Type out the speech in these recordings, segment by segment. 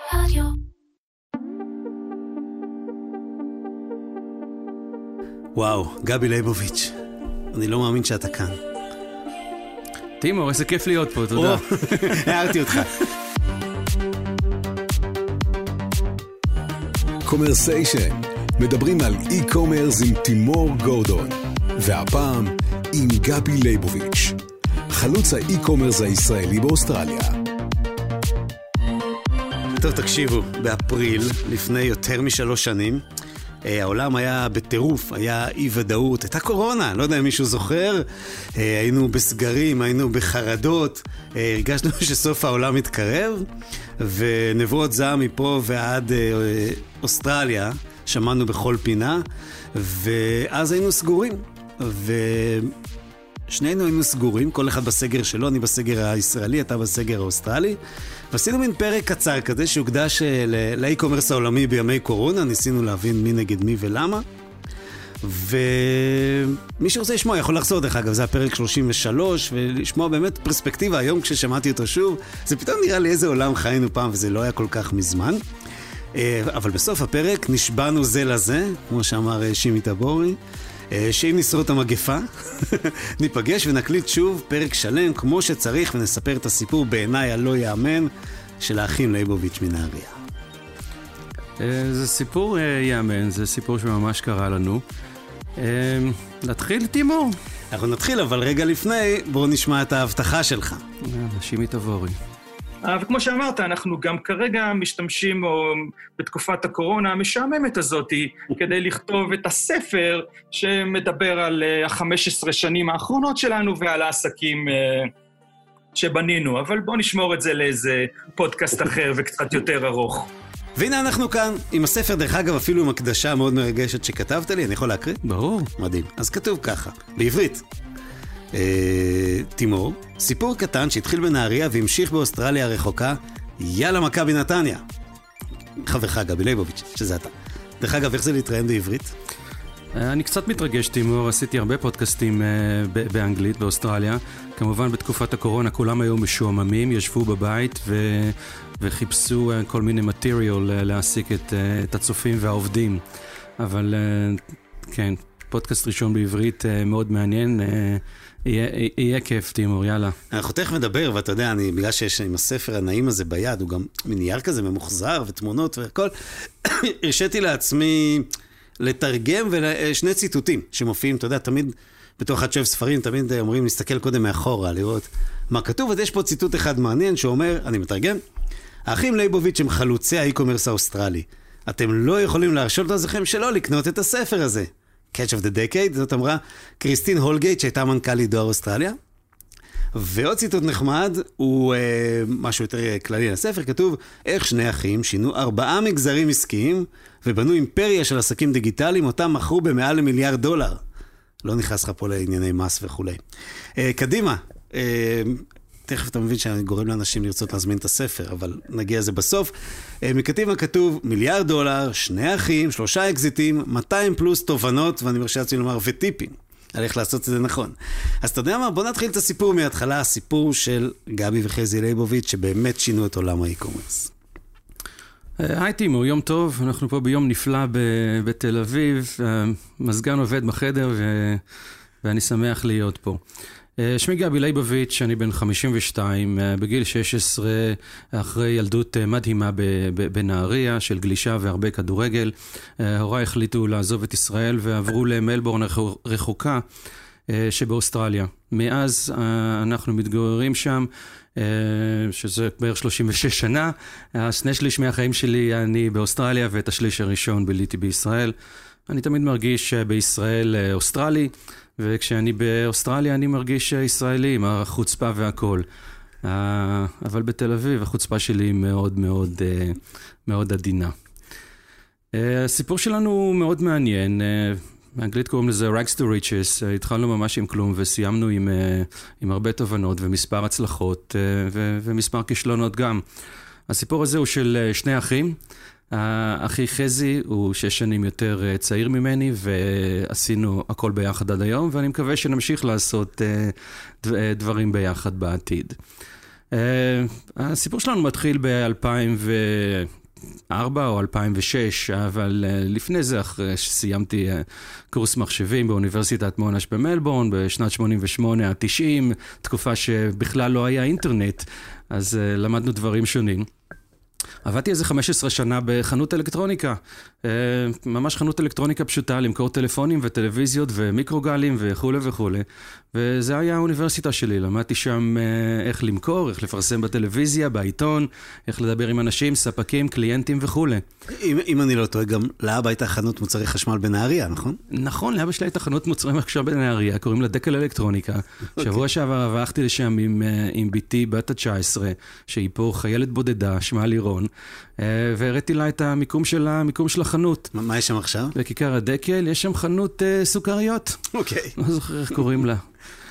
רדיו. וואו, גבי ליבוביץ', אני לא מאמין שאתה כאן. תימור, איזה כיף להיות פה, תודה. הערתי אותך. קומרסיישן, מדברים על אי-קומרס עם תימור גורדון, והפעם עם גבי ליבוביץ', חלוץ האי-קומרס הישראלי באוסטרליה. טוב, תקשיבו, באפריל, לפני יותר מ3 שנים, העולם היה בטירוף, היה אי-ודאות, הייתה קורונה, לא יודע אם מישהו זוכר, היינו בסגרים, היינו בחרדות, הרגשנו שסוף העולם מתקרב, ונבואות זעם מפה ועד אוסטרליה, שמענו בכל פינה, ואז היינו סגורים, ושנינו היינו סגורים, כל אחד בסגר שלו, אני בסגר הישראלי, אתה בסגר האוסטרלי, ועשינו מין פרק קצר כזה שהוקדש לאי-קומרס העולמי בימי קורונה, ניסינו להבין מי נגד מי ולמה, ומי שרוצה לשמוע יכול לחזור, דרך אגב, זה הפרק 33, ולשמוע באמת פרספקטיבה, היום כששמעתי אותו שוב, זה פתאום נראה לי איזה עולם חיינו פעם, וזה לא היה כל כך מזמן, אבל בסוף הפרק נשבענו זה לזה, כמו שאמר שימי טבורי, שאם נשרוד את המגפה, ניפגש ונקליט שוב פרק שלם כמו שצריך, ונספר את הסיפור בעיניי הלא יאמן של האחים ליבוביץ' מנהריה. זה סיפור יאמן, זה סיפור שממש קרה לנו. נתחיל, תימור? אנחנו נתחיל, אבל רגע לפני, בואו נשמע את ההבטחה שלך. שימי טבורי. וכמו שאמרת, אנחנו גם כרגע משתמשים בתקופת הקורונה המשעממת הזאת כדי לכתוב את הספר שמדבר על 15 שנים האחרונות שלנו ועל העסקים שבנינו. אבל בואו נשמור את זה לאיזה פודקאסט אחר וקצת יותר ארוך. והנה אנחנו כאן עם הספר, דרך אגב, אפילו עם הקדשה מאוד מרגשת שכתבת לי, אני יכול להקריא? ברור. מדהים. אז כתוב ככה, בעברית. תימור, סיפור קטן שהתחיל בנהריה והמשיך באוסטרליה הרחוקה, יאללה מכבי נתניה. חברך גבי ליבוביץ', שזה אתה. דרך אגב, איך זה להתראיין בעברית? אני קצת מתרגש, תימור, עשיתי הרבה פודקאסטים באנגלית, באוסטרליה. כמובן בתקופת הקורונה כולם היו משועממים, ישבו בבית וחיפשו כל מיני מטריאל להעסיק את הצופים והעובדים. אבל כן, פודקאסט ראשון בעברית מאוד מעניין, יהיה כיף, תימור, יאללה. אנחנו תכף מדבר, ואתה יודע, בגלל שיש עם הספר הנעים הזה ביד, הוא גם מנייר כזה ממוחזר ותמונות והכל, הרשיתי לעצמי לתרגם ושני ציטוטים שמופיעים, אתה יודע, תמיד בתור אחד שאוהב ספרים, תמיד אומרים להסתכל קודם מאחורה, לראות מה כתוב, אז יש פה ציטוט אחד מעניין שאומר, אני מתרגם, האחים ליבוביץ' הם חלוצי האי-קומרס האוסטרלי. אתם לא יכולים להרשות לעצמכם שלא לקנות את הספר הזה. Catch of the Decade, זאת אמרה קריסטין הולגייט שהייתה מנכ"לית דואר אוסטרליה. ועוד ציטוט נחמד, הוא משהו יותר כללי לספר, כתוב, איך שני אחים שינו 4 מגזרים עסקיים ובנו אימפריה של עסקים דיגיטליים, אותם מכרו במעל $1 מיליארד. לא נכנס לך פה לענייני מס וכו'. קדימה, תכף אתה מבין שאני גורם לאנשים לרצות להזמין את הספר, אבל נגיע לזה בסוף. מקדימה כתוב $1 מיליארד, 2 אחים, 3 אקזיטים, 200 פלוס תובנות, ואני מרשה לעצמי לומר, וטיפים, על איך לעשות את זה נכון. אז אתה יודע מה? בוא נתחיל את הסיפור מההתחלה, הסיפור של גבי וחזי ליבוביץ' שבאמת שינו את עולם האי-קומרס. היי תימור, יום טוב, אנחנו פה ביום נפלא בתל אביב, מזגן עובד בחדר ואני שמח להיות פה. שמי גבי ליבוביץ', אני בן 52, בגיל 16, אחרי ילדות מדהימה בנהריה של גלישה והרבה כדורגל. הוריי החליטו לעזוב את ישראל ועברו למלבורן רחוקה שבאוסטרליה. מאז אנחנו מתגוררים שם, שזה בערך 36 שנה. 2/3 מהחיים שלי אני באוסטרליה ואת השליש הראשון ביליתי בישראל. אני תמיד מרגיש בישראל אוסטרלי, וכשאני באוסטרליה אני מרגיש ישראלי, עם החוצפה והכל. אבל בתל אביב החוצפה שלי היא מאוד מאוד מאוד עדינה. הסיפור שלנו מאוד מעניין, באנגלית קוראים לזה Rags to Riches, התחלנו ממש עם כלום וסיימנו עם הרבה תובנות ומספר הצלחות ומספר כישלונות גם. הסיפור הזה הוא של 2 אחים, אחי חזי הוא 6 שנים יותר צעיר ממני, ועשינו הכל ביחד עד היום, ואני מקווה שנמשיך לעשות דברים ביחד בעתיד. הסיפור שלנו מתחיל ב-2009, 2004 או 2006, אבל לפני זה, אחרי שסיימתי קורס מחשבים באוניברסיטת מונש במלבורן, בשנת 88 עד 90, תקופה שבכלל לא היה אינטרנט, אז למדנו דברים שונים. עבדתי איזה 15 שנה בחנות אלקטרוניקה, ממש חנות אלקטרוניקה פשוטה, למכור טלפונים וטלוויזיות ומיקרוגלים וכו' וכו'. וזה היה האוניברסיטה שלי, למדתי שם איך למכור, איך לפרסם בטלוויזיה, בעיתון, איך לדבר עם אנשים, ספקים, קליינטים וכו'. אם אני לא טועה, גם לאבא הייתה חנות מוצרי חשמל בנהריה, נכון? נכון, לאבא שלי הייתה חנות מוצרי חשמל בנהריה, קוראים לה דקל אלקטרוניקה. שבוע שעבר עברתי לשם עם ביתי בת ה-19, שהיא פה חיילת בודדה, שמה לירון, והראיתי לה את המיקום של החנות. מה יש שם עכשיו? בכיכר הדקל, יש שם חנות סוכריות. אוקיי. לא זוכר איך קוראים לה.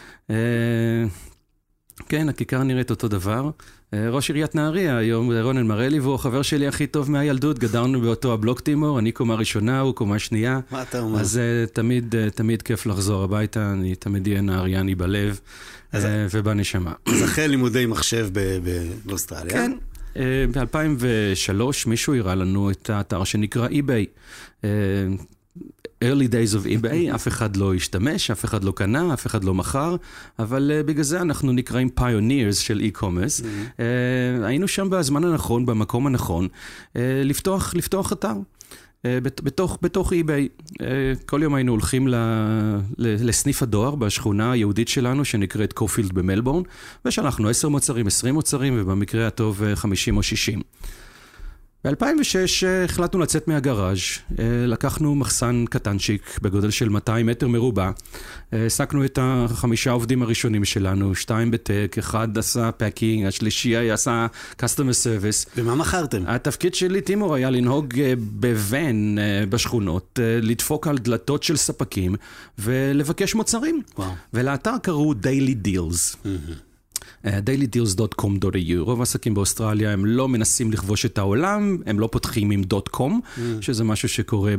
כן, הכיכר נראית אותו דבר. ראש עיריית נהריה, היום רונן מרלי, והוא החבר שלי הכי טוב מהילדות, גדרנו באותו הבלוק טימור, אני קומה ראשונה, הוא קומה שנייה. מה אתה אומר? אז תמיד כיף לחזור הביתה, אני תמיד אהיה נהריאני בלב ובנשמה. אז אחרי לימודי מחשב באוסטרליה. כן. ב-2003 מישהו הראה לנו את האתר שנקרא eBay. early days of eBay, אף אחד לא השתמש, אף אחד לא קנה, אף אחד לא מכר, אבל בגלל זה אנחנו נקראים pioneers של e-commerce. היינו שם בזמן הנכון, במקום הנכון, לפתוח אתר. בתוך eBay. כל יום היינו הולכים לסניף הדואר בשכונה היהודית שלנו, שנקראת קופילד במלבורן, ושלחנו 10 מוצרים, 20 מוצרים, ובמקרה הטוב 50 או 60. ב-2006 החלטנו לצאת מהגראז', לקחנו מחסן קטנצ'יק בגודל של 200 מטר מרובע, העסקנו את 5 עובדים הראשונים שלנו, 2 בטק, 1 עשה פאקינג, השלישי עשה customer service. ומה מכרתם? התפקיד שלי, טימור, היה לנהוג בוון בשכונות, לדפוק על דלתות של ספקים ולבקש מוצרים. וואו. ולאתר קראו Daily Deals. dailydeals.com.au. רוב העסקים באוסטרליה הם לא מנסים לכבוש את העולם, הם לא פותחים עם .com, שזה משהו שקורה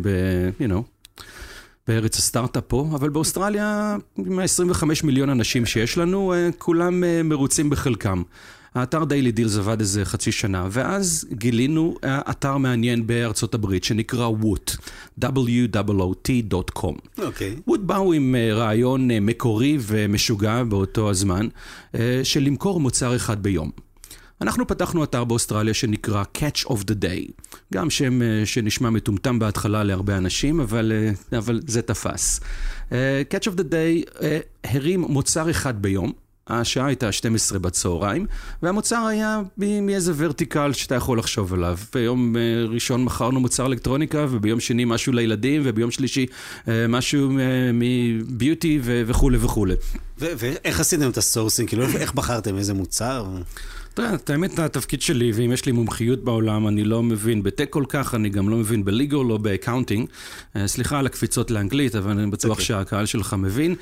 בארץ הסטארט-אפ פה, אבל באוסטרליה, עם 25 מיליון אנשים שיש לנו, כולם מרוצים בחלקם. האתר Daily Deals עבד איזה חצי שנה, ואז גילינו אתר מעניין בארצות הברית, שנקרא Woot, woot.com. אוקיי. Woot באו עם רעיון מקורי ומשוגע באותו הזמן, של למכור מוצר אחד ביום. אנחנו פתחנו אתר באוסטרליה שנקרא Catch of the Day, גם שם שנשמע מטומטם בהתחלה להרבה אנשים, אבל זה תפס. Catch of the Day הרים מוצר אחד ביום, השעה הייתה 12 בצהריים, והמוצר היה מאיזה ורטיקל שאתה יכול לחשוב עליו. ביום ראשון מכרנו מוצר אלקטרוניקה, וביום שני משהו לילדים, וביום שלישי משהו מביוטי וכו' וכו'. ואיך עשיתם את הסורסינג? כאילו, איך בחרתם? איזה מוצר? תראה, האמת, התפקיד שלי, ואם יש לי מומחיות בעולם, אני לא מבין בטק כל כך, אני גם לא מבין בליגל או באקאונטינג. סליחה על הקפיצות לאנגלית, אבל אני בטוח שהקהל שלך מבין.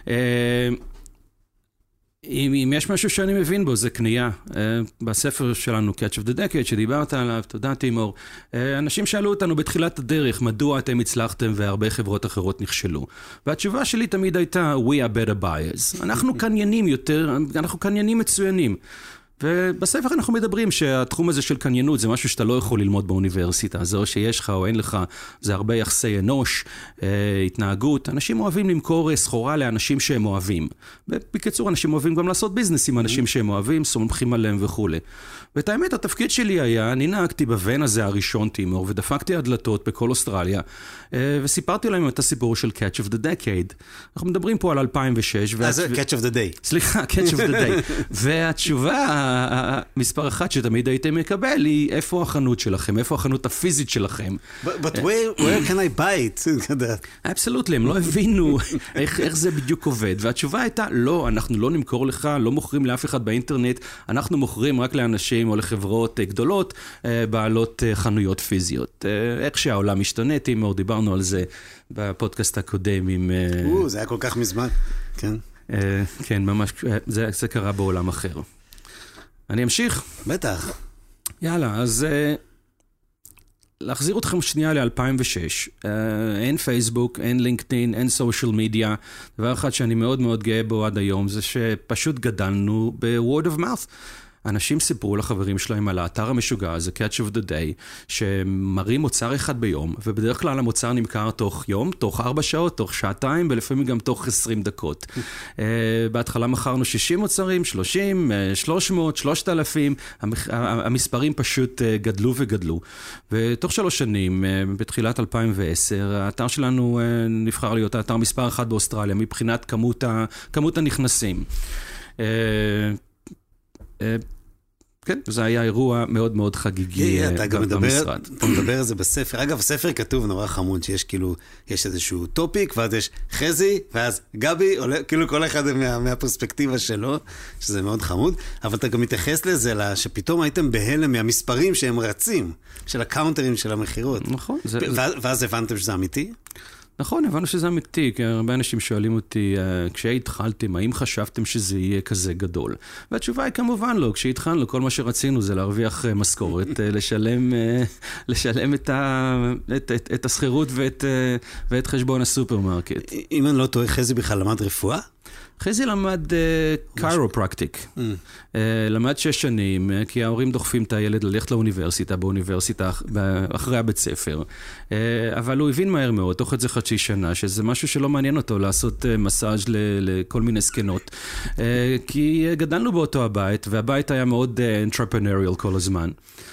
אם יש משהו שאני מבין בו, זה קנייה. בספר שלנו, Catch of the Decade, שדיברת עליו, תודה טימור, אנשים שאלו אותנו בתחילת הדרך, מדוע אתם הצלחתם והרבה חברות אחרות נכשלו. והתשובה שלי תמיד הייתה, we are better buyers. אנחנו קניינים יותר, אנחנו קניינים מצוינים. ובספר אנחנו מדברים שהתחום הזה של קניינות זה משהו שאתה לא יכול ללמוד באוניברסיטה, זה או שיש לך או אין לך, זה הרבה יחסי אנוש, התנהגות, אנשים אוהבים למכור סחורה לאנשים שהם אוהבים, ובקיצור אנשים אוהבים גם לעשות ביזנס עם אנשים שהם אוהבים, סומכים עליהם וכו'. ואת האמת, התפקיד שלי היה, אני נהגתי בוון הזה הראשון טימור, ודפקתי הדלתות בכל אוסטרליה, וסיפרתי להם את הסיפור של Catch of the Decade. אנחנו מדברים פה על 2006. זה Catch of the Day. סליחה, Catch of the Day. והתשובה מספר אחת שתמיד הייתם מקבל היא איפה החנות שלכם, איפה החנות הפיזית שלכם. But where can I buy it? Absolutely, הם לא הבינו איך זה בדיוק עובד. והתשובה הייתה, לא, אנחנו לא נמכור לך, לא מוכרים לאף אחד באינטרנט, אנחנו מוכרים רק לאנשים או לחברות גדולות, בעלות חנויות פיזיות. איך שהעולם משתנה, טימור, דיברנו על זה בפודקאסט הקודם עם... זה היה כל כך מזמן, כן. כן, ממש, זה קרה בעולם אחר. אני אמשיך? בטח. יאללה, אז להחזיר אתכם שנייה ל-2006. אין פייסבוק, אין לינקדאין, אין סושיאל מדיה. דבר אחד שאני מאוד מאוד גאה בו עד היום, זה שפשוט גדלנו ב-word of mouth. אנשים סיפרו לחברים שלהם על האתר המשוגע הזה, Catch of the Day, שמראים מוצר אחד ביום, ובדרך כלל המוצר נמכר תוך יום, תוך 4 שעות, תוך שעתיים, ולפעמים גם תוך 20 דקות. בהתחלה מכרנו 60 מוצרים, 30, 300, 3,000, המספרים פשוט גדלו וגדלו. ותוך 3 שנים, בתחילת 2010, האתר שלנו נבחר להיות האתר מספר 1 באוסטרליה, מבחינת כמות הנכנסים. כן, זה היה אירוע מאוד מאוד חגיגי במשרד. אתה מדבר על זה בספר. אגב, בספר כתוב נורא חמוד שיש כאילו, יש איזשהו טופיק, ואז יש חזי, ואז גבי, כאילו כל אחד מהפרספקטיבה שלו, שזה מאוד חמוד, אבל אתה גם מתייחס לזה, שפתאום הייתם בהלם מהמספרים שהם רצים, של הקאונטרים של המחירות. נכון. ואז הבנתם שזה אמיתי? נכון, הבנו שזה אמיתי, כי הרבה אנשים שואלים אותי, כשהתחלתם, האם חשבתם שזה יהיה כזה גדול? והתשובה היא כמובן לא, כשהתחלנו, כל מה שרצינו זה להרוויח משכורת, לשלם את הסחירות ואת חשבון הסופרמרקט. אם אני לא טועה, חזי בכלל למד רפואה? חזי למד קיירופרקטיק. למד 6 שנים, כי ההורים דוחפים את הילד ללכת באוניברסיטה אחרי הבית ספר. אבל הוא הבין מהר מאוד, תוך איזה חצי שנה, שזה משהו שלא מעניין אותו לעשות מסאז' לכל מיני סקנות. כי גדלנו באותו הבית, והבית היה מאוד entrepreneurial כל הזמן.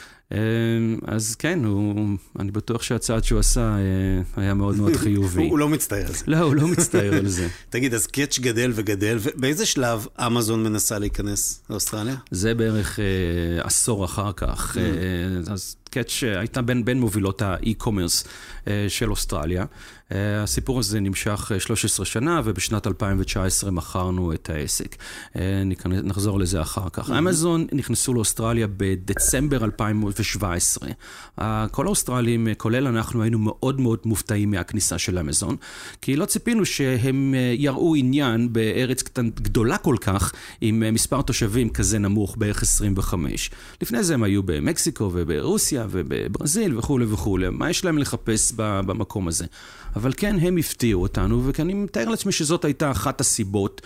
אז כן, אני בטוח שהצעד שהוא עשה היה מאוד מאוד חיובי. הוא לא מצטער על זה. לא, הוא לא מצטער על זה. תגיד, אז קאץ' גדל וגדל, ובאיזה שלב אמזון מנסה להיכנס לאוסטרליה? זה בערך עשור אחר כך. אז קאץ' הייתה בין מובילות האי-קומרס של אוסטרליה. הסיפור הזה נמשך 13 שנה, ובשנת 2019 מכרנו את העסק. נחזור לזה אחר כך. אמזון נכנסו לאוסטרליה בדצמבר 2017. כל האוסטרלים, כולל אנחנו, היינו מאוד מאוד מופתעים מהכניסה של אמזון, כי לא ציפינו שהם יראו עניין בארץ גדולה כל כך, עם מספר תושבים כזה נמוך, בערך 25. לפני זה הם היו במקסיקו וברוסיה ובברזיל וכו' וכו'. מה יש להם לחפש במקום הזה? אבל כן, הם הפתיעו אותנו, ואני מתאר לעצמי שזאת הייתה אחת הסיבות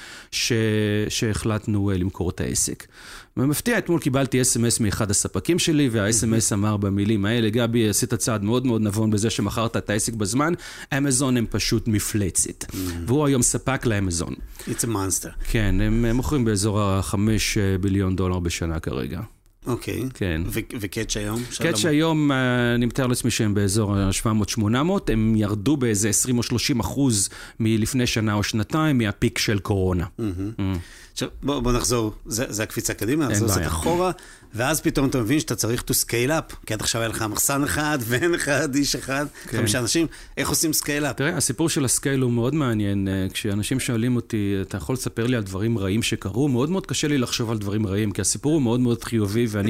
שהחלטנו למכור את העסק. ומפתיע, אתמול קיבלתי SMS מאחד הספקים שלי, וה-SMS אמר במילים האלה, גבי, עשית צעד מאוד מאוד נבון בזה שמכרת את העסק בזמן, אמזון הם פשוט מפלצת. והוא היום ספק לאמזון. It's a monster. כן, הם מוכרים באזור $5 ביליון בשנה כרגע. אוקיי. כן. וקאץ' היום? קאץ' היום, אני מתאר לעצמי שהם באזור 700-800, הם ירדו באיזה 20 או 30% מלפני שנה או שנתיים, מהפיק של קורונה. עכשיו, בוא נחזור, זה הקפיצה קדימה, נחזור קצת אחורה, ואז פתאום אתה מבין שאתה צריך to scale up, כי עד עכשיו היה לך מחסן אחד, ואין לך איש אחד, 5 אנשים, איך עושים scale up? תראה, הסיפור של הסקייל הוא מאוד מעניין, כשאנשים שואלים אותי, אתה יכול לספר לי על דברים רעים שקרו, מאוד מאוד קשה לי לחשוב על דברים רעים, כי הסיפור הוא מאוד מאוד חיובי, ואני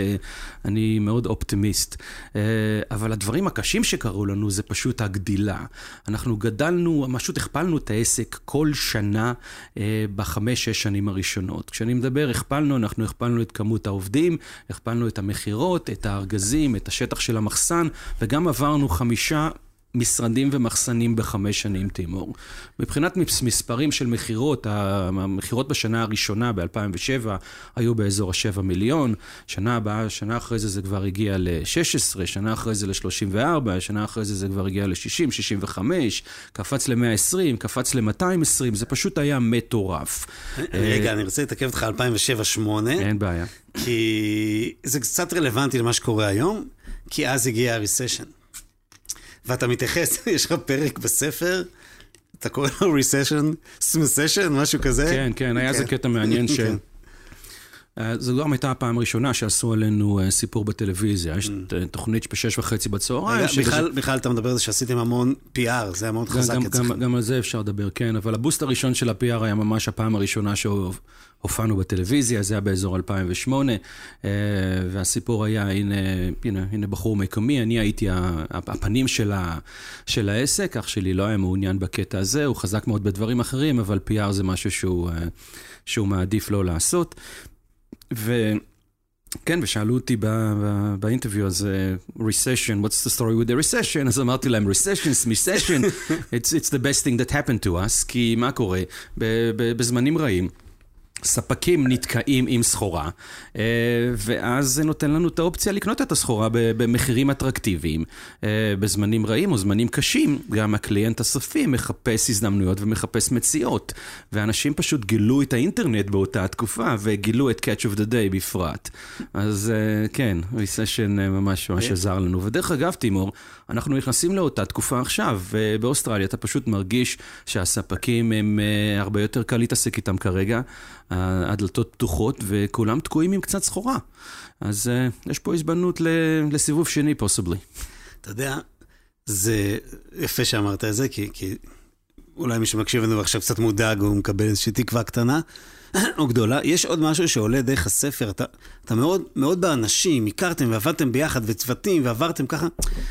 מאוד אופטימיסט. אבל הדברים הקשים שקרו לנו זה פשוט הגדילה. אנחנו גדלנו, פשוט הכפלנו את העסק כל שנה ב5-6 שנים הראשונות. כשאני מדבר, אנחנו הכפלנו את כמות העובדים, הכפלנו את המחירות, את הארגזים, את השטח של המחסן, וגם עברנו 5 משרדים ומחסנים ב5 שנים, תימור. מבחינת מספרים של מחירות, המחירות בשנה הראשונה, ב-2007, היו באזור 7 מיליון, שנה הבאה, שנה אחרי זה כבר הגיע ל-16, שנה אחרי זה ל-34, שנה אחרי זה כבר הגיע ל-60, 65, קפץ ל-120, קפץ ל-220, זה פשוט היה מטורף. רגע, אני רוצה להתעכב אותך 2007-2008. אין בעיה. כי זה קצת רלוונטי למה שקורה היום, כי אז הגיע הריסשן. ואתה מתייחס, יש לך פרק בספר, אתה קורא לו recession, משהו כזה? כן, כן, היה זה קטע מעניין ש... זו גם הייתה הפעם הראשונה שעשו עלינו סיפור בטלוויזיה, יש תוכנית ב6:30 בצהריים. בכלל אתה מדבר על זה שעשיתם המון PR, זה היה מאוד חזק אצלכם. גם על זה אפשר לדבר, כן, אבל הבוסט הראשון של ה-PR היה ממש הפעם הראשונה שהופענו בטלוויזיה, זה היה באזור 2008, והסיפור היה, הנה בחור מקומי, אני הייתי הפנים של העסק, אח שלי לא היה מעוניין בקטע הזה, הוא חזק מאוד בדברים אחרים, אבל PR זה משהו שהוא מעדיף לא לעשות. וכן, ושאלו אותי באינטרוויו הזה, recession, what's the story with the recession? אז אמרתי להם, recession, it's the best thing that happened to us, כי מה קורה? בזמנים רעים, ספקים נתקעים עם סחורה, ואז זה נותן לנו את האופציה לקנות את הסחורה במחירים אטרקטיביים. בזמנים רעים או זמנים קשים, גם הקליינט הסופי מחפש הזדמנויות ומחפש מציאות, ואנשים פשוט גילו את האינטרנט באותה התקופה, וגילו את Catch of the Day בפרט. אז כן, ריסשן ממש עזר לנו. ודרך אגב, תימור, אנחנו נכנסים לאותה תקופה עכשיו, ובאוסטרליה אתה פשוט מרגיש שהספקים הם הרבה יותר קל להתעסק איתם כרגע, הדלתות פתוחות, וכולם תקועים עם קצת סחורה. אז יש פה הזדמנות לסיבוב שני, possibly. אתה יודע, זה יפה שאמרת את זה, כי אולי מי שמקשיב לנו עכשיו קצת מודאג, הוא מקבל איזושהי תקווה קטנה או גדולה. יש עוד משהו שעולה דרך הספר, אתה מאוד, מאוד באנשים, הכרתם ועבדתם ביחד, וצוותים, ועברתם ככה,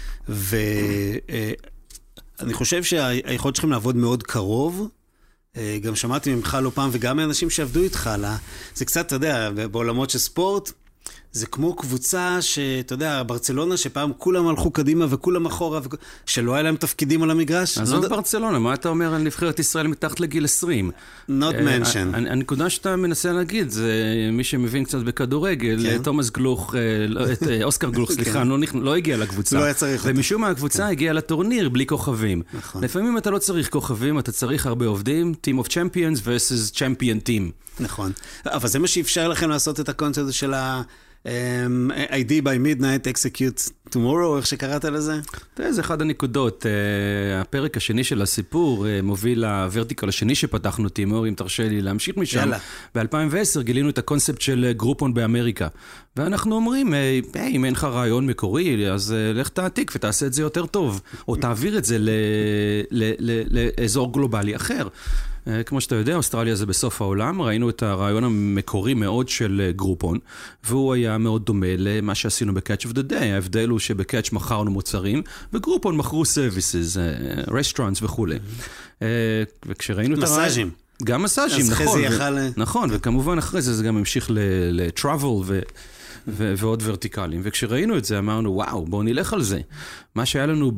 ואני חושב שהיכולת שלכם לעבוד מאוד קרוב, גם שמעתי ממך לא פעם, וגם מאנשים שעבדו איתך, זה קצת, אתה יודע, בעולמות של ספורט, זה כמו קבוצה שאתה יודע, ברצלונה, שפעם כולם הלכו קדימה וכולם אחורה, שלא היה להם תפקידים על המגרש. אז לא ברצלונה, מה אתה אומר על נבחרת ישראל מתחת לגיל 20? Not mention. הנקודה שאתה מנסה להגיד, זה מי שמבין קצת בכדורגל, תומאס גלוך, אוסקר גלוך, סליחה, לא הגיע לקבוצה. לא היה צריך אותו. ומשום מה הקבוצה הגיעה לטורניר בלי כוכבים. לפעמים אתה לא צריך כוכבים, אתה צריך הרבה עובדים, Team of Champions versus Champion Team. נכון. אבל זה מה שאפשר לכם לעשות את הקונספט של ID by midnight, execute tomorrow, איך שקראת לזה? זה אחד הנקודות. הפרק השני של הסיפור מוביל לוורטיקל השני שפתחנו, תימור, אם תרשה לי להמשיך משם. ב-2010 גילינו את הקונספט של גרופון באמריקה. ואנחנו אומרים, אם אין לך רעיון מקורי, אז לך תעתיק ותעשה את זה יותר טוב. או תעביר את זה לאזור גלובלי אחר. כמו שאתה יודע, אוסטרליה זה בסוף העולם, ראינו את הרעיון המקורי מאוד של גרופון, והוא היה מאוד דומה למה שעשינו ב-Catch of the Day. ההבדל הוא שב-Catch מכרנו מוצרים, וגרופון מכרו services, restaurants וכו'. וכשראינו את הרעיון... מסאז'ים. גם מסאז'ים, נכון. נכון, וכמובן אחרי זה גם המשיך ל-travel ועוד ורטיקלים. וכשראינו את זה אמרנו, וואו, בואו נלך על זה. מה שהיה לנו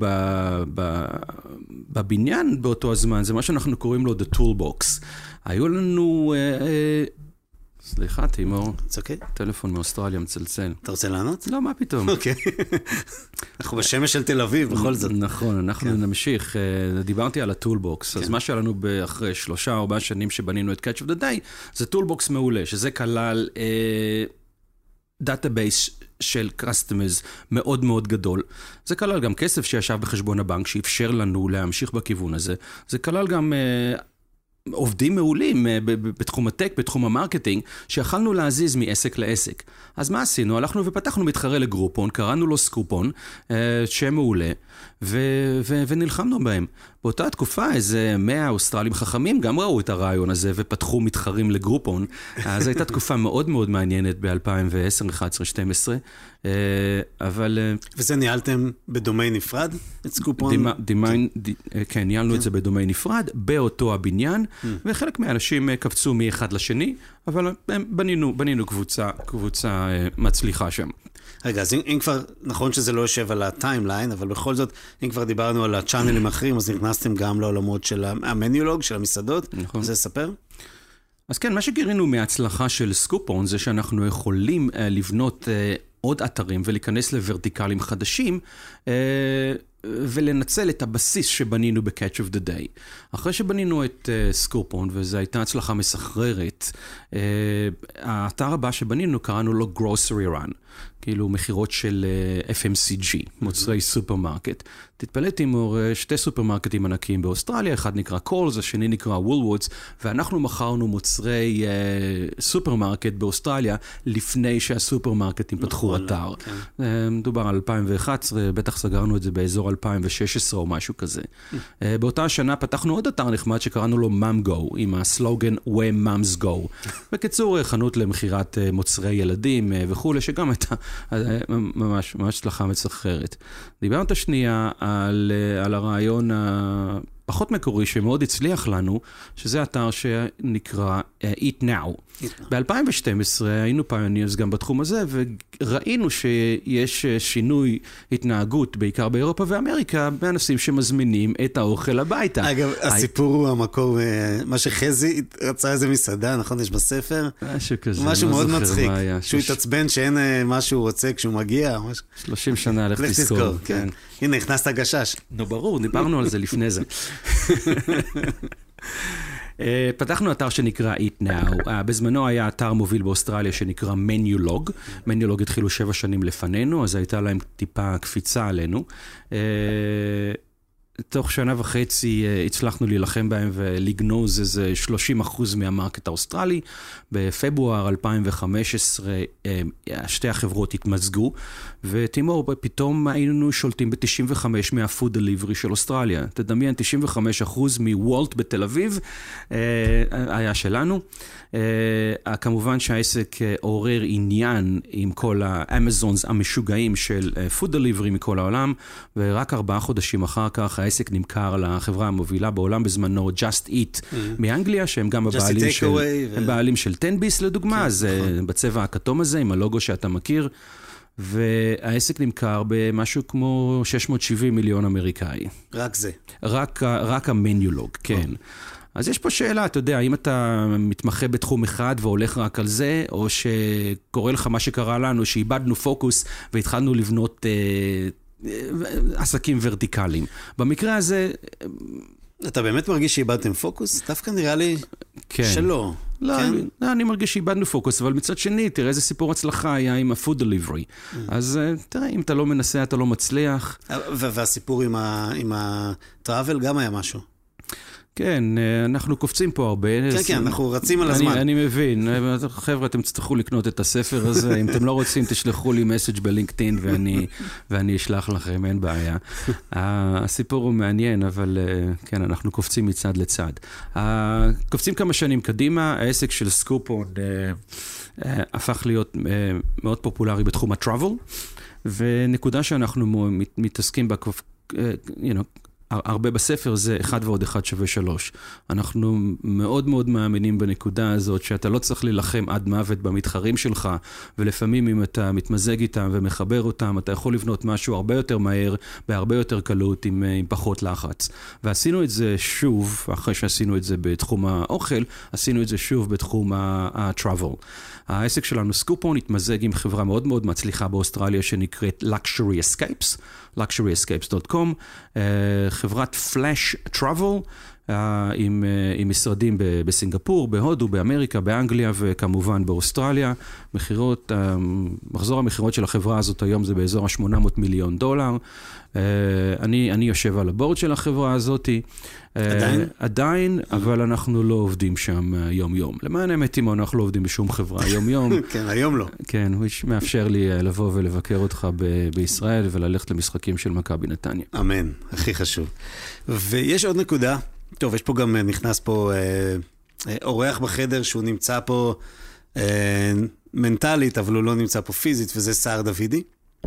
בבניין באותו הזמן, זה מה שאנחנו קוראים לו The Toolbox. היו לנו... סליחה, תימור. טלפון מאוסטרליה מצלצל. אתה רוצה לענות? לא, מה פתאום? אוקיי. אנחנו בשמש של תל אביב, בכל זאת. נכון, אנחנו נמשיך. דיברתי על הטולבוקס. אז מה שהיה לנו אחרי 3-4 שנים שבנינו את Catch of the Day, זה טולבוקס מעולה, שזה כלל דאטאבייס של customers מאוד מאוד גדול. זה כלל גם כסף שישב בחשבון הבנק, שאפשר לנו להמשיך בכיוון הזה. זה כלל גם... עובדים מעולים בתחום הטק, בתחום המרקטינג, שיכלנו להזיז מעסק לעסק. אז מה עשינו? הלכנו ופתחנו מתחרה לגרופון, קראנו לו סקופון, שם מעולה, ונלחמנו בהם. באותה תקופה, איזה 100 אוסטרלים חכמים גם ראו את הרעיון הזה, ופתחו מתחרים לגרופון. אז הייתה תקופה מאוד מאוד מעניינת ב-2010, 11, 12, אבל... וזה ניהלתם בדומיין נפרד? את סקופון? כן, ניהלנו את זה בדומיין נפרד, באותו הבניין, וחלק מהאנשים קפצו מאחד לשני, אבל בנינו קבוצה מצליחה שם. רגע, אז אם כבר, נכון שזה לא יושב על הטיימליין, אבל בכל זאת, אם כבר דיברנו על הצ'אנלים האחרים, אז נכנסתם גם לעולמות של המניולוג, של המסעדות. נכון. זה ספר? אז כן, מה שגירינו מההצלחה של סקופון, זה שאנחנו יכולים לבנות עוד אתרים ולהיכנס לוורטיקלים חדשים, ולנצל את הבסיס שבנינו ב-Catch of the Day. אחרי שבנינו את סקופון, וזו הייתה הצלחה מסחררת, האתר הבא שבנינו קראנו לו Grocery Run, כאילו מחירות של FMCG, מוצרי סופרמרקט. תתפלאתי מור, 2 סופרמרקטים ענקיים באוסטרליה, אחד נקרא קולס, השני נקרא וולוודס, ואנחנו מכרנו מוצרי סופרמרקט באוסטרליה, לפני שהסופרמרקטים פתחו אתר. מדובר על 2011, בטח סגרנו את זה באזור 2016 או משהו כזה. באותה השנה פתחנו עוד אתר נחמד שקראנו לו MomGo, עם הסלוגן Where Moms Go. בקיצור, חנות למחירת מוצרי ילדים וכו', שגם הייתה ממש הצלחה מסחררת. דיברנו את השנייה על הרעיון פחות מקורי שמאוד הצליח לנו, שזה אתר שנקרא Eat Now. ב-2012 היינו פיונירס גם בתחום הזה, וראינו שיש שינוי התנהגות, בעיקר באירופה ואמריקה, באנשים שמזמינים את האוכל הביתה. אגב, הסיפור הוא המקור, מה שחזי רצה איזה מסעדה, נכון? יש בספר? משהו כזה. משהו מאוד מצחיק. שהוא התעצבן שאין מה שהוא רוצה כשהוא מגיע. 30 שנה, לך תזכור. כן. הנה, הכנסת הגשש. נו, ברור, דיברנו על זה לפני זה. פתחנו אתר שנקרא Eat Now. בזמנו היה אתר מוביל באוסטרליה שנקרא Menulog. Menulog התחילו 7 שנים לפנינו, אז הייתה להם טיפה קפיצה עלינו. תוך 1.5 שנה הצלחנו להילחם בהם ולגנוז איזה 30% מהמרקט האוסטרלי. בפברואר 2015 שתי החברות התמזגו, ותימור, פתאום היינו שולטים ב-95% מהפוד דליברי של אוסטרליה. תדמיין, 95% מוולט בתל אביב היה שלנו. כמובן שהעסק עורר עניין עם כל האמזונס המשוגעים של פוד דליברי מכל העולם, ורק 4 חודשים אחר כך העסק נמכר לחברה המובילה בעולם בזמנו, Just Eat מאנגליה, שהם גם הבעלים של 10BIS לדוגמה, אז בצבע הכתום הזה, עם הלוגו שאתה מכיר, והעסק נמכר במשהו כמו 670 מיליון אמריקאי. רק זה. רק המניולוג, כן. אז יש פה שאלה, אתה יודע, האם אתה מתמחה בתחום אחד והולך רק על זה, או שקורה לך מה שקרה לנו, שאיבדנו פוקוס והתחלנו לבנות עסקים ורטיקליים. במקרה הזה... אתה באמת מרגיש שאיבדתם פוקוס? דווקא נראה לי שלא. לא, אני מרגיש שאיבדנו פוקוס, אבל מצד שני, תראה איזה סיפור הצלחה היה עם הפוד דליברי. אז תראה, אם אתה לא מנסה, אתה לא מצליח. והסיפור עם הטראבל גם היה משהו. כן, אנחנו קופצים פה הרבה. כן, כן, אנחנו רצים על הזמן. אני מבין. חבר'ה, אתם תצטרכו לקנות את הספר הזה. אם אתם לא רוצים, תשלחו לי מסאג' בלינקדאין, ואני אשלח לכם, אין בעיה. הסיפור הוא מעניין, אבל כן, אנחנו קופצים מצד לצד. קופצים כמה שנים קדימה, העסק של סקופון הפך להיות מאוד פופולרי בתחום הטראבל, ונקודה שאנחנו מתעסקים בה, הרבה בספר זה 1 ועוד 1 שווה 3. אנחנו מאוד מאוד מאמינים בנקודה הזאת, שאתה לא צריך להילחם עד מוות במתחרים שלך, ולפעמים אם אתה מתמזג איתם ומחבר אותם, אתה יכול לבנות משהו הרבה יותר מהר, בהרבה יותר קלות, עם פחות לחץ. ועשינו את זה שוב, אחרי שעשינו את זה בתחום האוכל, עשינו את זה שוב בתחום ה-travel. העסק שלנו, סקופון, התמזג עם חברה מאוד מאוד מצליחה באוסטרליה, שנקראת Luxury Escapes, luxuryescapes.com, חברת Flash Travel, עם משרדים בסינגפור, בהודו, באמריקה, באנגליה וכמובן באוסטרליה. מחזור המחירות של החברה הזאת היום זה באזור $800 מיליון. אני יושב על הבורד של החברה הזאת. עדיין, אבל אנחנו לא עובדים שם יום-יום. למען האמת, אנחנו לא עובדים בשום חברה יום-יום. כן, היום לא. כן, הוא מאפשר לי לבוא ולבקר אותך בישראל וללכת למשחקים של מכבי נתניה. אמן, הכי חשוב. ויש עוד נקודה. טוב, יש פה גם, נכנס פה אורח בחדר שהוא נמצא פה מנטלית, אבל הוא לא נמצא פה פיזית, וזה סער דוידי.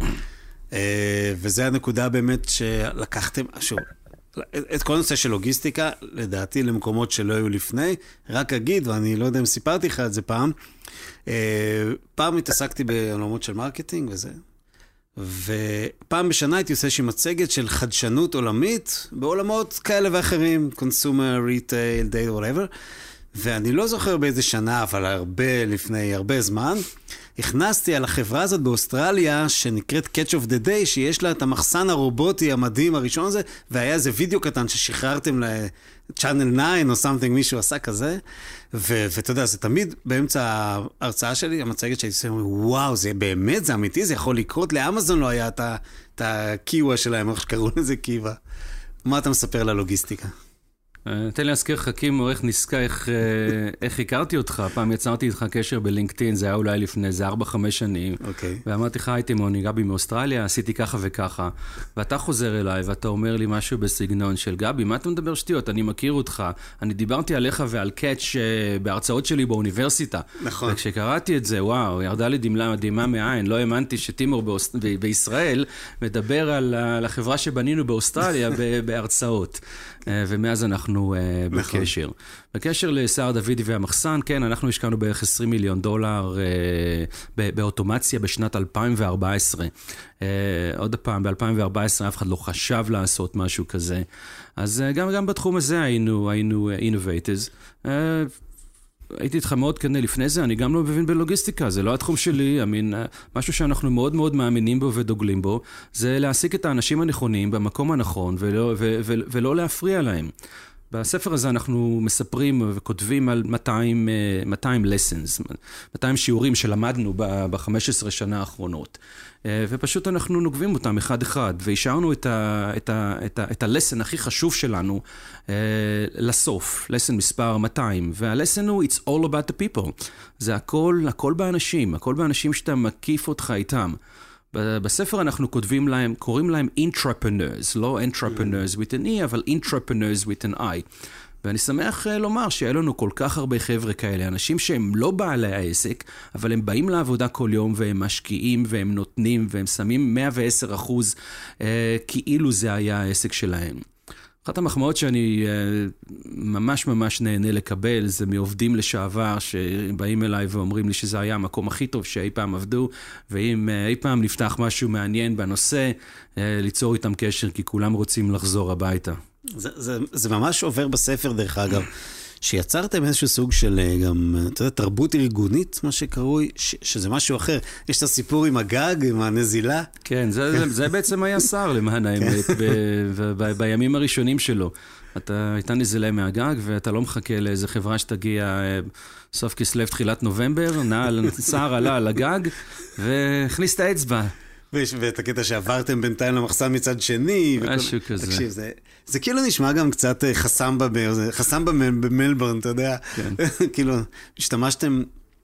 וזה הנקודה באמת שלקחתם, שוב, את כל נושא של לוגיסטיקה, לדעתי למקומות שלא היו לפני, רק אגיד, ואני לא יודע אם סיפרתי לך את זה פעם, פעם התעסקתי בעולמות של מרקטינג וזה, ופעם בשנה הייתי עושה שהיא מצגת של חדשנות עולמית, בעולמות כאלה ואחרים, consumer, retail, data, whatever, ואני לא זוכר באיזה שנה, אבל לפני הרבה זמן, הכנסתי על החברה הזאת באוסטרליה, שנקראת Catch of the Day, שיש לה את המחסן הרובוטי המדהים הראשון הזה, והיה איזה וידאו קטן ששחררתם ל-Channel 9 או something, מישהו עשה כזה, ואתה יודע, זה תמיד באמצע ההרצאה שלי, המצגת שהייתי עושה, וואו, זה באמת, זה אמיתי, זה יכול לקרות, לאמזון לא היה את הקיווה שלהם, איך שקראו לזה קיווה. מה אתה מספר ללוגיסטיקה? תן לי להזכיר חכים או איך נסקה, איך הכרתי אותך. פעם יצרתי איתך קשר בלינקדאין, זה היה אולי לפני איזה 4-5 שנים. אוקיי. ואמרתי לך, הייתי אני גבי מאוסטרליה, עשיתי ככה וככה. ואתה חוזר אליי ואתה אומר לי משהו בסגנון של גבי, מה אתה מדבר שטויות? אני מכיר אותך. אני דיברתי עליך ועל קאץ' בהרצאות שלי באוניברסיטה. נכון. וכשקראתי את זה, וואו, ירדה לי דמעה מעין. לא האמנתי שטימור בישראל מדבר על החברה שבנינו באוסטרליה בהרצאות. ומאז אנחנו בקשר. בקשר לסער דוידי והמחסן, כן, אנחנו השקענו בערך $20 מיליון באוטומציה בשנת 2014. עוד פעם, ב-2014 אף אחד לא חשב לעשות משהו כזה. אז גם בתחום הזה היינו innovators. הייתי איתך מאוד כנה לפני זה, אני גם לא מבין בלוגיסטיקה, זה לא התחום שלי, משהו שאנחנו מאוד מאוד מאמינים בו ודוגלים בו, זה להעסיק את האנשים הנכונים במקום הנכון ולא להפריע להם. בספר הזה אנחנו מספרים וכותבים על 200 lessons, 200 שיעורים שלמדנו ב-15 שנה האחרונות. ופשוט אנחנו נוגבים אותם אחד-אחד, והשארנו את הלסן הכי חשוב שלנו לסוף, לסן מספר 200, והלסן הוא It's all about the people. זה הכל באנשים שאתה מקיף אותך איתם. בספר אנחנו קוראים להם intrapreneurs, לא entrepreneurs with an E, אבל intrapreneurs with an I. ואני שמח לומר שהיה לנו כל כך הרבה חבר'ה כאלה, אנשים שהם לא בעלי העסק, אבל הם באים לעבודה כל יום והם משקיעים והם נותנים והם שמים 110% כאילו זה היה העסק שלהם. אחת המחמאות שאני ממש ממש נהנה לקבל, זה מעובדים לשעבר שבאים אליי ואומרים לי שזה היה המקום הכי טוב שאי פעם עבדו, ואם אי פעם נפתח משהו מעניין בנושא, ליצור איתם קשר, כי כולם רוצים לחזור הביתה. זה ממש עובר בספר דרך אגב, שיצרתם איזשהו סוג של גם, אתה יודע, תרבות ארגונית, מה שקרוי, שזה משהו אחר. יש את הסיפור עם הגג, עם הנזילה. כן, זה בעצם היה שר למען האמת, בימים הראשונים שלו. הייתה נזילה מהגג, ואתה לא מחכה לאיזה חברה שתגיע סוף כסלו תחילת נובמבר, שר עלה על הגג, והכניס את האצבע. ואת הקטע שעברתם בינתיים למחסן מצד שני. משהו כזה. תקשיב, זה כאילו נשמע גם קצת חסם במלבורן, אתה יודע. כאילו, השתמשתם...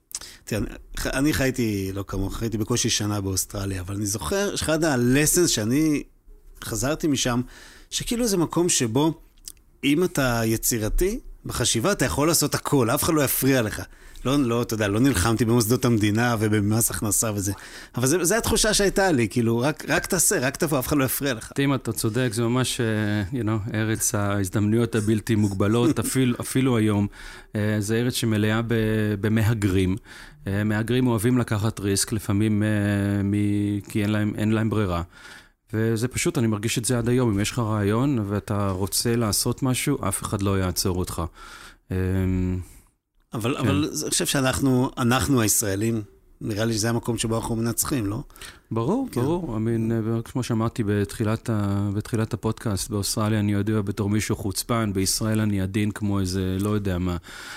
אני חייתי, לא כמוך, חייתי בקושי שנה באוסטרליה, אבל אני זוכר שאחד הלסנס שאני חזרתי משם, שכאילו זה מקום שבו, אם אתה יצירתי, בחשיבה אתה יכול לעשות הכל, אף אחד לא יפריע לך. לא, אתה יודע, לא נלחמתי במוסדות המדינה ובמס הכנסה וזה. אבל זה התחושה שהייתה לי, כאילו, רק תעשה, רק תבוא, אף אחד לא יפריע לך. תימא, אתה צודק, זה ממש, ארץ ההזדמנויות הבלתי מוגבלות, אפילו היום. זה ארץ שמלאה במהגרים. מהגרים אוהבים לקחת ריסק, לפעמים כי אין להם ברירה. וזה פשוט, אני מרגיש את זה עד היום. אם יש לך רעיון ואתה רוצה לעשות משהו, אף אחד לא יעצור אותך. אבל אני חושב שאנחנו הישראלים, נראה לי שזה המקום שבו אנחנו מנצחים, לא? ברור. כמו שאמרתי בתחילת הפודקאסט, באוסטרליה אני יודע בתור מישהו חוצפן, בישראל אני עדין כמו איזה, לא יודע מה.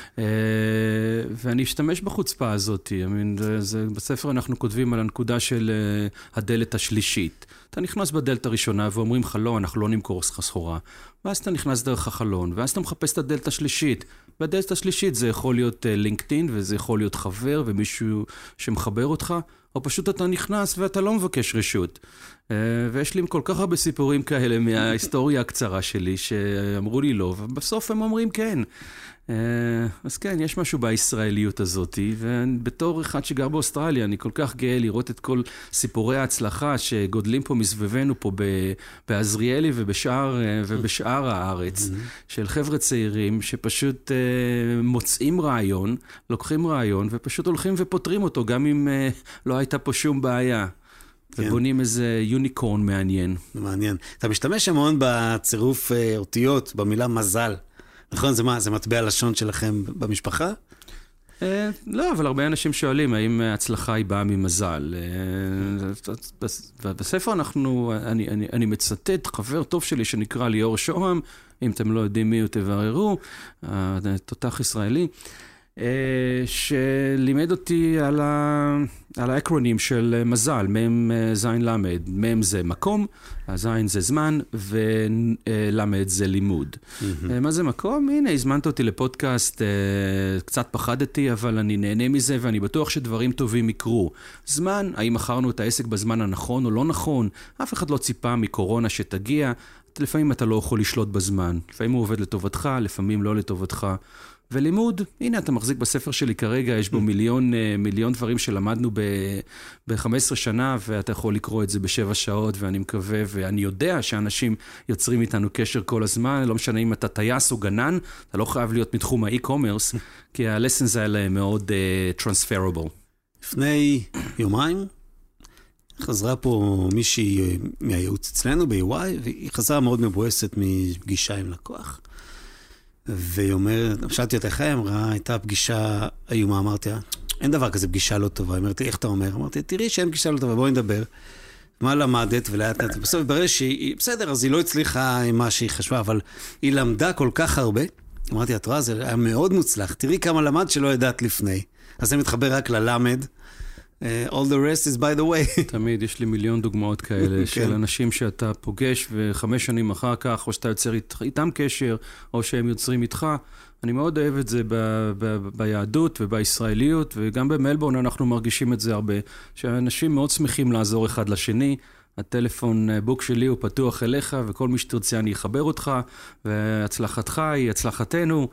ואני אשתמש בחוצפה הזאת. בספר אנחנו כותבים על הנקודה של הדלת השלישית. אתה נכנס בדלת הראשונה ואומרים לך, לא, אנחנו לא נמכור סחורה. ואז אתה נכנס דרך החלון, ואז אתה מחפש את הדלת השלישית. והדלת השלישית זה יכול להיות לינקדאין, וזה יכול להיות חבר, ומישהו שמחבר אותך, או פשוט אתה נכנס ואתה לא מבקש רשות. ויש לי כל כך הרבה סיפורים כאלה מההיסטוריה הקצרה שלי, שאמרו לי לא, ובסוף הם אומרים כן. אז כן, יש משהו בישראליות הזאת, ובתור אחד שגר באוסטרליה, אני כל כך גאה לראות את כל סיפורי ההצלחה שגודלים פה מסביבנו פה בעזריאלי ובשאר הארץ, של חבר'ה צעירים שפשוט מוצאים רעיון, לוקחים רעיון ופשוט הולכים ופותרים אותו, גם אם לא הייתה פה שום בעיה. ובונים איזה יוניקורן מעניין. מעניין. אתה משתמש המון בצירוף אותיות, במילה מזל. נכון? זה מטבע לשון שלכם במשפחה? לא, אבל הרבה אנשים שואלים, האם הצלחה היא באה ממזל? בספר אני מצטט חבר טוב שלי שנקרא ליאור שוהם, אם אתם לא יודעים מי הוא תבררו, תותח ישראלי, שלימד אותי על האקרונים של מזל, מם זין למד. מם זה מקום, הזין זה זמן, ולמד זה לימוד. מה זה מקום? הנה, הזמנת אותי לפודקאסט, קצת פחדתי, אבל אני נהנה מזה, ואני בטוח שדברים טובים יקרו. זמן, האם מכרנו את העסק בזמן הנכון או לא נכון? אף אחד לא ציפה מקורונה שתגיע. לפעמים אתה לא יכול לשלוט בזמן. לפעמים הוא עובד לטובתך, לפעמים לא לטובתך. ולימוד, הנה אתה מחזיק בספר שלי כרגע, יש בו מיליון דברים שלמדנו ב-15 שנה, ואתה יכול לקרוא את זה ב7 שעות, ואני מקווה, ואני יודע שאנשים יוצרים איתנו קשר כל הזמן, לא משנה אם אתה טייס או גנן, אתה לא חייב להיות מתחום האי-קומרס, כי ה-lessons האלה מאוד transferable. לפני יומיים, חזרה פה מישהי מהייעוץ אצלנו ב-EY, והיא חזרה מאוד מבואסת מפגישה עם לקוח. והיא אומרת, שאלתי אותה איך היא אמרה, הייתה פגישה איומה, אמרתי, אין דבר כזה פגישה לא טובה. אמרתי, איך אתה אומר? אמרתי, תראי שאין פגישה לא טובה, בואי נדבר. מה למדת ולאט לאט. בסוף התברר שהיא, בסדר, אז היא לא הצליחה עם מה שהיא חשבה, אבל היא למדה כל כך הרבה. אמרתי, את רואה, זה היה מאוד מוצלח. תראי כמה למד שלא ידעת לפני. אז זה מתחבר רק ללמד. All the rest is by the way. תמיד יש לי מיליון דוגמאות כאלה של אנשים שאתה פוגש ו5 שנים אחר כך, או שאתה יוצר איתם קשר, או שהם יוצרים איתך. אני מאוד אוהב את זה ביהדות ובישראליות, וגם במלבורן אנחנו מרגישים את זה הרבה, שאנשים מאוד שמחים לעזור אחד לשני. הטלפון בוק שלי הוא פתוח אליך, וכל מי שתרצה אני אחבר אותך, והצלחתך היא הצלחתנו,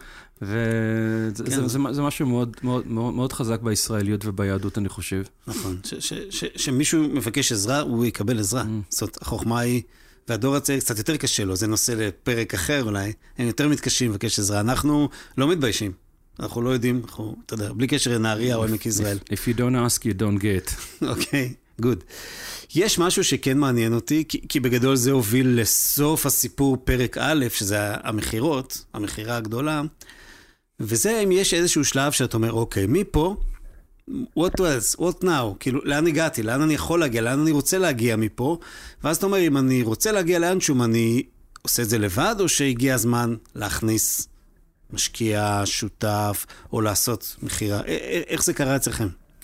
וזה משהו מאוד, מאוד, מאוד חזק בישראליות וביהדות, אני חושב. נכון, שמישהו מבקש עזרה, הוא יקבל עזרה. זאת אומרת, החוכמה היא, והדור הצעיר קצת יותר קשה לו, זה נושא לפרק אחר אולי, הם יותר מתקשים לבקש עזרה. אנחנו לא מתביישים, אנחנו לא יודעים, אתה יודע, בלי קשר לנהריה או עמק יזרעאל. If you don't ask, you don't get. אוקיי, good. יש משהו שכן מעניין אותי, כי בגדול זה הוביל לסוף הסיפור פרק א', שזה המחירות, המחירה הגדולה, וזה אם יש איזשהו שלב שאתה אומר, אוקיי, מפה, what else, what now, כאילו, לאן הגעתי, לאן אני יכול להגיע, לאן אני רוצה להגיע מפה, ואז אתה אומר, אם אני רוצה להגיע לאנשהו, אני עושה את זה לבד, או שהגיע הזמן להכניס משקיע, שותף, או לעשות מחירה, איך זה קרה אצלכם?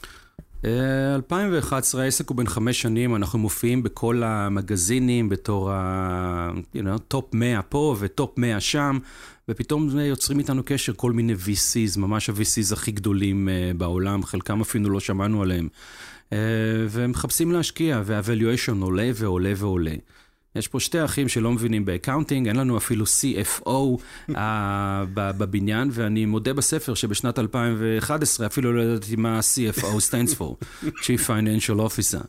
2011, העסק הוא בין 5 שנים, אנחנו מופיעים בכל המגזינים בתור טופ 100 פה וטופ 100 שם, ופתאום יוצרים איתנו קשר כל מיני VCs, ממש ה-VCs הכי גדולים בעולם, חלקם אפילו לא שמענו עליהם, והם מחפשים להשקיע, וה-valuation עולה ועולה ועולה. יש פה 2 אחים שלא מבינים באקאונטינג, אין לנו אפילו CFO בבניין, ואני מודה בספר שבשנת 2011 אפילו לא ידעתי מה CFO stands for, Chief Financial Officer.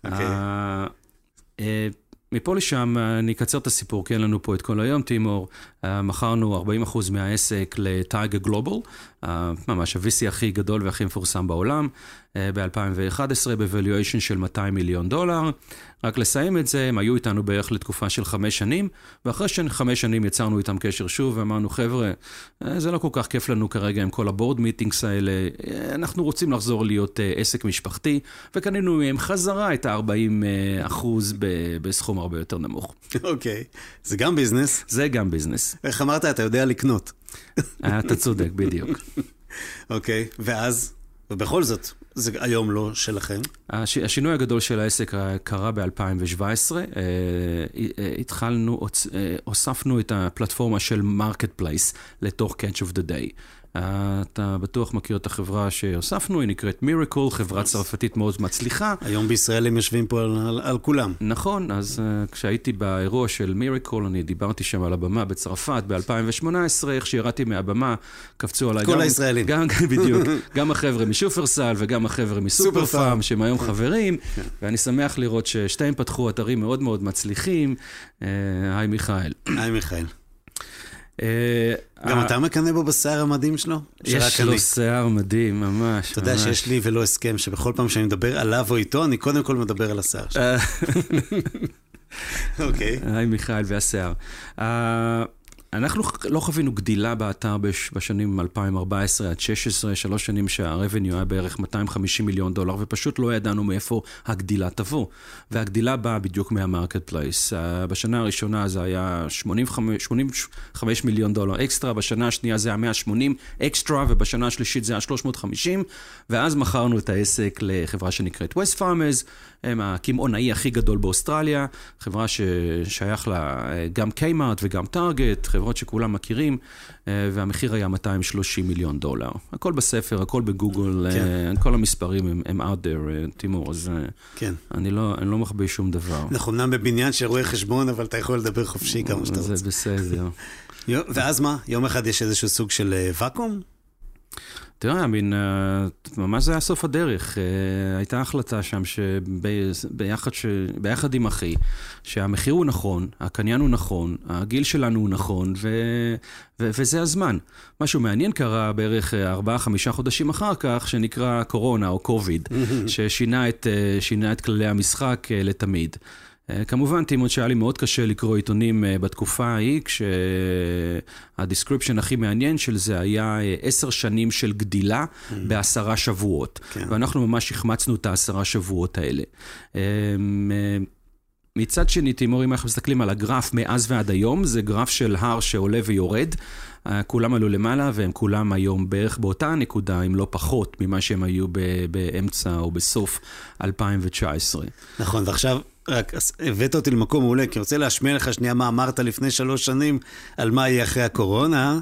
מפה לשם אני אקצר את הסיפור, כי אין לנו פה את כל היום, תימור. מכרנו 40% מהעסק לטייגר גלובל, ממש ה-VC הכי גדול והכי מפורסם בעולם, ב-2011 ב-valuation של $200 מיליון. רק לסיים את זה, הם היו איתנו בערך לתקופה של 5 שנים, ואחרי 5 שנים יצרנו איתם קשר שוב, ואמרנו, חבר'ה, זה לא כל כך כיף לנו כרגע עם כל הבורד מיטינגס האלה, אנחנו רוצים לחזור להיות עסק משפחתי, וקנינו מהם חזרה את ה-40% בסכום הרבה יותר נמוך. אוקיי, זה גם ביזנס? זה גם ביזנס. איך אמרת, אתה יודע לקנות. אתה צודק, בדיוק. אוקיי, ואז, ובכל זאת, זה היום לא שלכם. השינוי הגדול של העסק קרה ב-2017. הוספנו את הפלטפורמה של מרקטפלייס לתוך Catch of the Day. אתה בטוח מכיר את החברה שהוספנו, היא נקראת מירקל, חברה צרפתית מאוד מצליחה. היום בישראל הם יושבים פה על כולם. נכון, אז כשהייתי באירוע של מירקל, אני דיברתי שם על הבמה בצרפת ב-2018, איך שירדתי מהבמה, קפצו עליי כל הישראלים. בדיוק, גם החבר'ה משופרסל וגם החבר'ה מסופר פארם, שהם היום חברים, ואני שמח לראות ששתיהם פתחו אתרים מאוד מאוד מצליחים. היי מיכאל. היי מיכאל. גם אתה מקנה בו בשיער המדהים שלו? יש לו שיער מדהים, ממש. אתה יודע שיש לי ולא הסכם, שבכל פעם שאני מדבר עליו או איתו, אני קודם כל מדבר על השיער שלו. אוקיי. היי מיכאל והשיער. אנחנו לא חווינו גדילה באתר בשנים 2014 עד 16, 3 שנים שהרבניו היה בערך $250 מיליון, ופשוט לא ידענו מאיפה הגדילה תבוא. והגדילה באה בדיוק מהמרקט פלייס. בשנה הראשונה זה היה $85 מיליון אקסטרה, בשנה השנייה זה היה 180 אקסטרה, ובשנה השלישית זה היה 350, ואז מכרנו את העסק לחברה שנקראת West Farmers, הם הקמעונאי הכי גדול באוסטרליה, חברה ששייך לה גם Kmart וגם Target, חברות שכולם מכירים, והמחיר היה $230 מיליון. הכל בספר, הכל בגוגל, כל המספרים הם out there, תימור, אז אני לא מחביא שום דבר. אנחנו אמנם בבניין שרואה חשבון, אבל אתה יכול לדבר חופשי כמה שאתה רוצה. זה בסדר. ואז מה? יום אחד יש איזשהו סוג של ואקום? תראה, ממש זה היה סוף הדרך. הייתה החלטה שם ביחד עם אחי, שהמחיר הוא נכון, הקניין הוא נכון, הגיל שלנו הוא נכון, וזה הזמן. משהו מעניין קרה בערך 4-5 חודשים אחר כך, שנקרא קורונה או קוביד, ששינה את כללי המשחק לתמיד. כמובן, תימוד שהיה לי מאוד קשה לקרוא עיתונים בתקופה ההיא, כשהדיסקריפשן הכי מעניין של זה היה 10 שנים של גדילה ב10 שבועות. ואנחנו ממש החמצנו את 10 שבועות האלה. מצד שני, תימור, אם אנחנו מסתכלים על הגרף מאז ועד היום, זה גרף של הר שעולה ויורד. כולם עלו למעלה, והם כולם היום בערך באותה נקודה, אם לא פחות, ממה שהם היו באמצע או בסוף 2019. נכון, ועכשיו רק הבאת אותי למקום מעולה, כי אני רוצה להשמיע לך שנייה מה אמרת לפני 3 שנים, על מה יהיה אחרי הקורונה,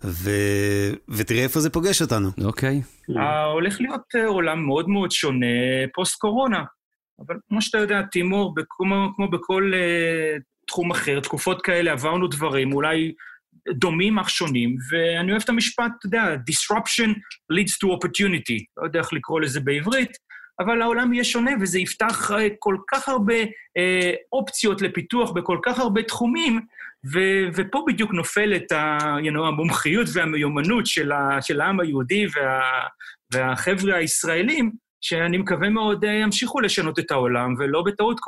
ותראה איפה זה פוגש אותנו. אוקיי. הולך להיות עולם מאוד מאוד שונה פוסט-קורונה, אבל כמו שאתה יודע, תימור, כמו בכל תחום אחר, תקופות כאלה עברנו דברים, אולי דומים אך שונים, ואני אוהב את המשפט, אתה יודע, disruption leads to opportunity, לא יודע איך לקרוא לזה בעברית, אבל העולם יהיה שונה, וזה יפתח כל כך הרבה אופציות לפיתוח בכל כך הרבה תחומים, ופה בדיוק נופלת המומחיות והמיומנות של העם היהודי והחבר'ה הישראלים, שאני מקווה מאוד ימשיכו לשנות את העולם, ולא בטעות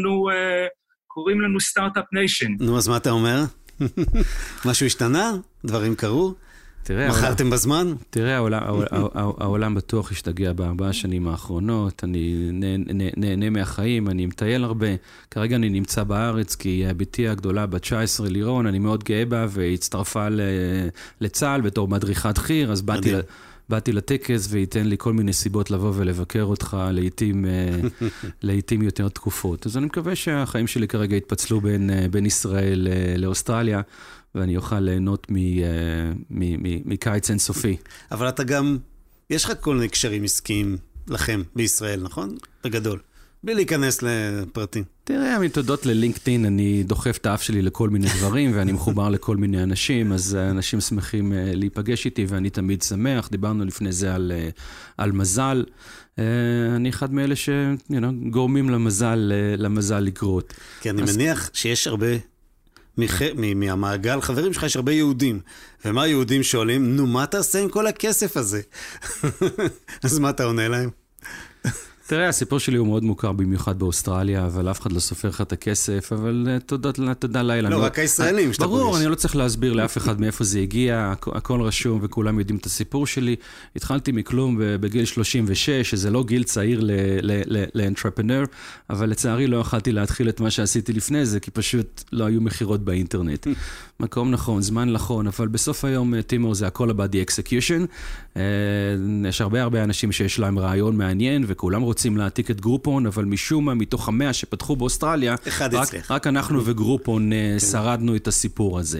קוראים לנו סטארט-אפ ניישן. נו, אז מה אתה אומר? משהו השתנה? דברים קרו? מכרתם בזמן? תראה, העולם בטוח השתגע ב4 שנים האחרונות, אני נהנה מהחיים, אני מטייל הרבה, כרגע אני נמצא בארץ, כי ביתי הגדולה בת 19 לירון, אני מאוד גאה בה, והצטרפה לצה"ל בתור מדריכת חי"ר, אז באתי לטקס וייתן לי כל מיני סיבות לבוא ולבקר אותך לעתים יותר תקופות. אז אני מקווה שהחיים שלי כרגע יתפצלו בין ישראל לאוסטרליה, ואני אוכל ליהנות מקיץ אינסופי. אבל אתה גם, יש לך כל מיני קשרים עסקיים לכם בישראל, נכון? בגדול. בלי להיכנס לפרטים. תראה, מתודות ללינקדאין, אני דוחף את האף שלי לכל מיני דברים, ואני מחובר לכל מיני אנשים, אז אנשים שמחים להיפגש איתי, ואני תמיד שמח. דיברנו לפני זה על מזל. אני אחד מאלה שגורמים למזל לקרות. כי אני מניח שיש הרבה מהמעגל חברים שלך, יש הרבה יהודים. ומה היהודים שואלים? נו, מה תעשה עם כל הכסף הזה? אז מה אתה עונה להם? תראה, הסיפור שלי הוא מאוד מוכר במיוחד באוסטרליה, אבל אף אחד לא סופר לך את הכסף, אבל תודה לילה. לא, רק הישראלים שאתה פוגש. ברור, אני לא צריך להסביר לאף אחד מאיפה זה הגיע, הכל רשום וכולם יודעים את הסיפור שלי. התחלתי מכלום בגיל 36, שזה לא גיל צעיר לאנטרפרנר, אבל לצערי לא יכלתי להתחיל את מה שעשיתי לפני זה, כי פשוט לא היו מחירות באינטרנט. מקום נכון, זמן נכון, אבל בסוף היום, תימור, זה הכל about the execution. יש הרבה אנשים שיש להם רעיון מעניין, וכולם רוצים להעתיק את גרופון, אבל משום מה, מתוך 100 שפתחו באוסטרליה, רק אנחנו וגרופון שרדנו את הסיפור הזה.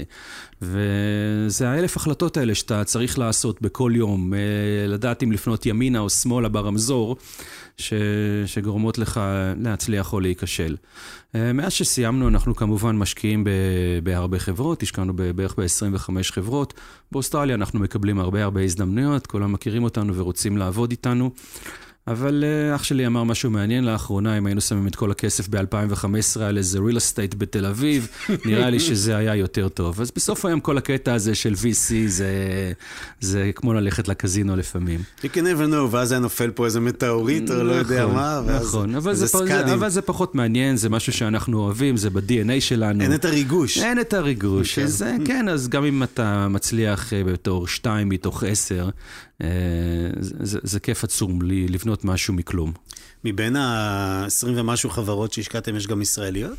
וזה 1,000 החלטות האלה שאתה צריך לעשות בכל יום, לדעת אם לפנות ימינה או שמאלה ברמזור, שגורמות לך להצליח או להיכשל. מאז שסיימנו, אנחנו כמובן משקיעים בהרבה חברות, השקענו בערך ב-25 חברות. באוסטרליה אנחנו מקבלים הרבה הזדמנויות, כולם מכירים אותנו ורוצים לעבוד איתנו. אבל אח שלי אמר משהו מעניין לאחרונה, אם היינו שמים את כל הכסף ב-2015 על איזה real estate בתל אביב, נראה לי שזה היה יותר טוב. אז בסוף היום כל הקטע הזה של VC זה כמו ללכת לקזינו לפעמים. You can never know, ואז היה נופל פה איזה מטאורית או לא יודע מה, נכון, אבל זה פחות מעניין, זה משהו שאנחנו אוהבים, זה ב-DNA שלנו. אין את הריגוש. אין את הריגוש, כן, אז גם אם אתה מצליח בתור 2 מתוך 10, זה כיף עצום לי לבנות משהו מכלום. מבין ה-20 ומשהו חברות שהשקעתם, יש גם ישראליות?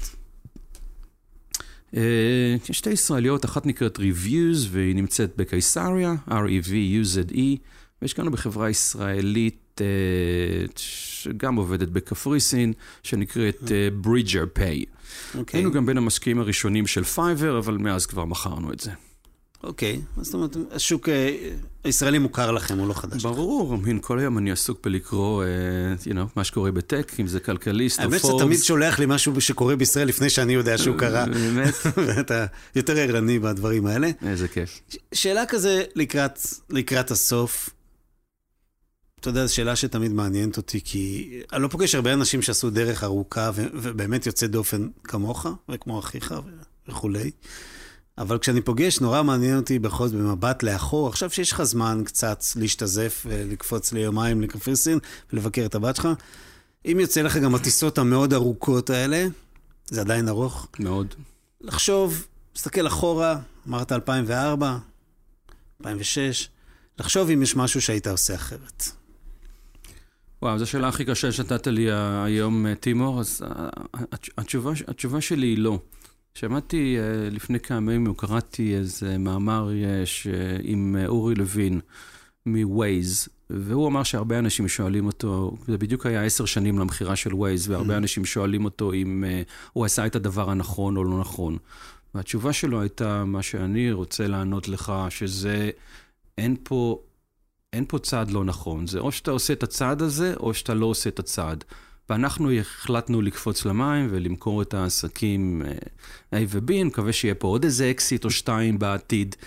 יש 2 ישראליות, אחת נקראת Reviews, והיא נמצאת בקיסריה, R-E-V-U-Z-E, והשקענו בחברה ישראלית שגם עובדת בקפריסין, שנקראת Bridger Pay. היינו גם בין המשקיעים הראשונים של Fiverr, אבל מאז כבר מכרנו את זה. אוקיי, זאת אומרת, השוק הישראלי מוכר לכם, הוא לא חדש. ברור, כל היום אני עסוק בלקרוא, מה שקורה בטק, אם זה כלכליסט או פורבס. האמת שאתה תמיד שולח לי משהו שקורה בישראל לפני שאני יודע שהוא קרה. באמת. ואתה יותר ערני בדברים האלה. איזה כיף. שאלה כזה לקראת הסוף, אתה יודע, זו שאלה שתמיד מעניינת אותי, כי אני לא פוגש הרבה אנשים שעשו דרך ארוכה, ובאמת יוצא דופן כמוך, וכמו אחיך וכולי. אבל כשאני פוגש, נורא מעניין אותי בכל זאת במבט לאחור. עכשיו שיש לך זמן קצת להשתזף ולקפוץ ליומיים לקפריסין ולבקר את הבת שלך, אם יוצא לך גם הטיסות המאוד ארוכות האלה, זה עדיין ארוך. מאוד. לחשוב, תסתכל אחורה, אמרת 2004, 2006, לחשוב אם יש משהו שהיית עושה אחרת. וואו, זו שאלה הכי קשה שנתת לי היום, תימור, אז התשובה שלי היא לא. שמעתי לפני כמה ימים, קראתי איזה מאמר עם אורי לוין מווייז, והוא אמר שהרבה אנשים שואלים אותו, זה בדיוק היה 10 שנים למחירה של ווייז, והרבה אנשים שואלים אותו אם הוא עשה את הדבר הנכון או לא נכון. והתשובה שלו הייתה מה שאני רוצה לענות לך, שזה אין פה צעד לא נכון. זה או שאתה עושה את הצעד הזה, או שאתה לא עושה את הצעד. ואנחנו החלטנו לקפוץ למים ולמכור את העסקים A ו-B, אני מקווה שיהיה פה עוד איזה אקסיט או 2 בעתיד.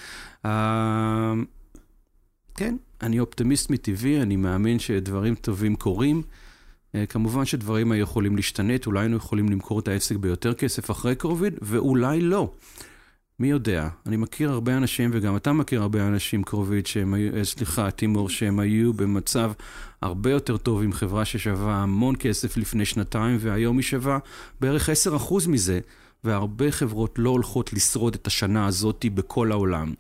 כן, אני אופטימיסט מטבעי, אני מאמין שדברים טובים קורים. כמובן שדברים יכולים להשתנת, אולי היינו יכולים למכור את העסק ביותר כסף אחרי קוביד, ואולי לא. מי יודע? אני מכיר הרבה אנשים, וגם אתה מכיר הרבה אנשים קרוביד, תימור, שהם היו במצב הרבה יותר טוב עם חברה ששווה המון כסף לפני 2 והיום היא שווה בערך 10% מזה, והרבה חברות לא הולכות לשרוד את השנה הזאת בכל העולם.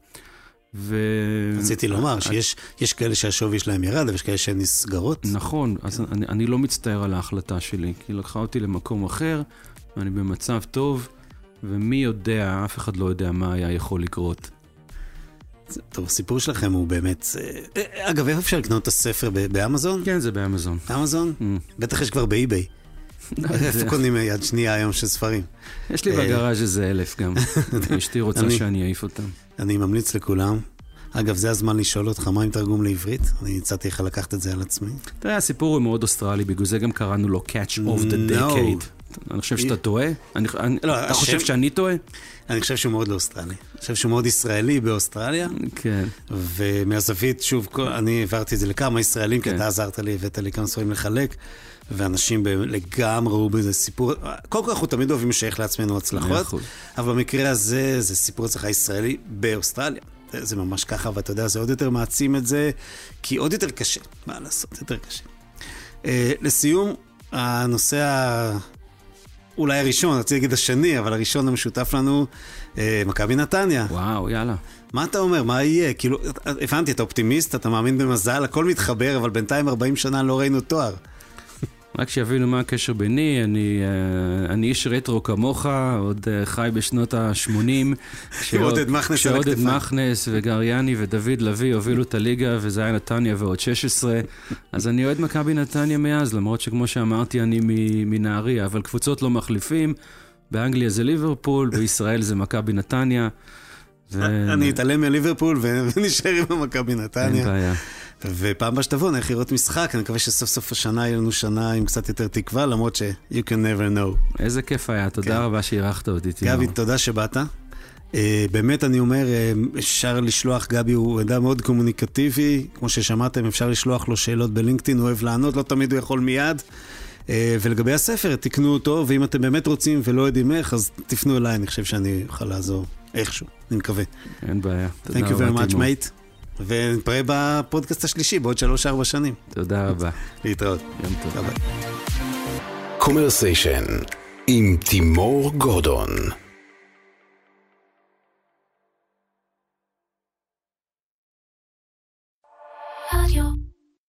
רציתי לומר שיש כאלה שהשווי שלהם ירד, ויש כאלה שהן נסגרות. נכון, אז אני לא מצטער על ההחלטה שלי, כי לקחה אותי למקום אחר, ואני במצב טוב, ומי יודע, אף אחד לא יודע מה היה יכול לקרות. טוב, הסיפור שלכם הוא באמת... אגב, איפה אפשר לקנות את הספר? באמזון? כן, זה באמזון. אמזון? בטח יש כבר באי-ביי. איפה קונים יד שנייה היום של ספרים? יש לי בגראז' איזה 1,000 גם. אשתי רוצה שאני אעיף אותם. אני ממליץ לכולם. אגב, זה הזמן לשאול אותך, מה עם תרגום לעברית? אני הצעתי לך לקחת את זה על עצמי. תראה, הסיפור הוא מאוד אוסטרלי, בגלל זה גם קראנו לו Catch of the Decade. אני חושב שאתה טועה? אתה חושב שאני טועה? אני חושב שהוא מאוד לא אוסטרלי. אני חושב שהוא מאוד ישראלי באוסטרליה. כן. ומהזווית, שוב, אני העברתי את זה לכמה ישראלים, כי אתה עזרת לי, הבאת לי כמה ספרים לחלק, ואנשים לגמרי ראו בזה סיפור. כל כך אנחנו תמיד אוהבים לשייך לעצמנו הצלחות, אבל במקרה הזה, זה סיפור הצלחה ישראלי באוסטרליה. זה ממש ככה, ואתה יודע, זה עוד יותר מעצים את זה, כי עוד יותר קשה. מה לעשות? יותר קשה. לסיום, הנושא אולי הראשון, רציתי להגיד השני, אבל הראשון המשותף לנו, מכבי נתניה. וואו, יאללה. מה אתה אומר? מה יהיה? כאילו, הבנתי, אתה אופטימיסט, אתה מאמין במזל, הכל מתחבר, אבל בינתיים 40 שנה לא ראינו תואר. רק שיבינו מה הקשר ביני, אני איש רטרו כמוך, עוד חי בשנות ה-80, כשעודד מכנס וגריאני ודוד לוי הובילו את הליגה, וזה היה נתניה ועוד 16, אז אני אוהד מכבי נתניה מאז, למרות שכמו שאמרתי אני מנהריה, אבל קבוצות לא מחליפים, באנגליה זה ליברפול, בישראל זה מכבי נתניה. אני אתעלם מליברפול ונשאר עם המכבי נתניה. אין בעיה. ופעם בה שתבוא, איך לראות משחק, אני מקווה שסוף סוף השנה יהיה לנו שנה עם קצת יותר תקווה, למרות ש- you can never know. איזה כיף היה, תודה רבה שאירחת אותי. גבי, תודה שבאת. באמת אני אומר, אפשר לשלוח, גבי הוא אדם מאוד קומוניקטיבי, כמו ששמעתם, אפשר לשלוח לו שאלות בלינקדאין, הוא אוהב לענות, לא תמיד הוא יכול מיד. ולגבי הספר, תקנו אותו, ואם אתם באמת רוצים ולא יודעים איך, אז תפנו אליי, אני חושב שאני אוכל לעזור איכשהו, אני מקווה. אין בעיה. Thank you very much, mate. ונתראה בפודקאסט השלישי בעוד 3-4 שנים. תודה רבה. להתראות. יום טוב. ביי. קומרסיישן עם תימור גורדון.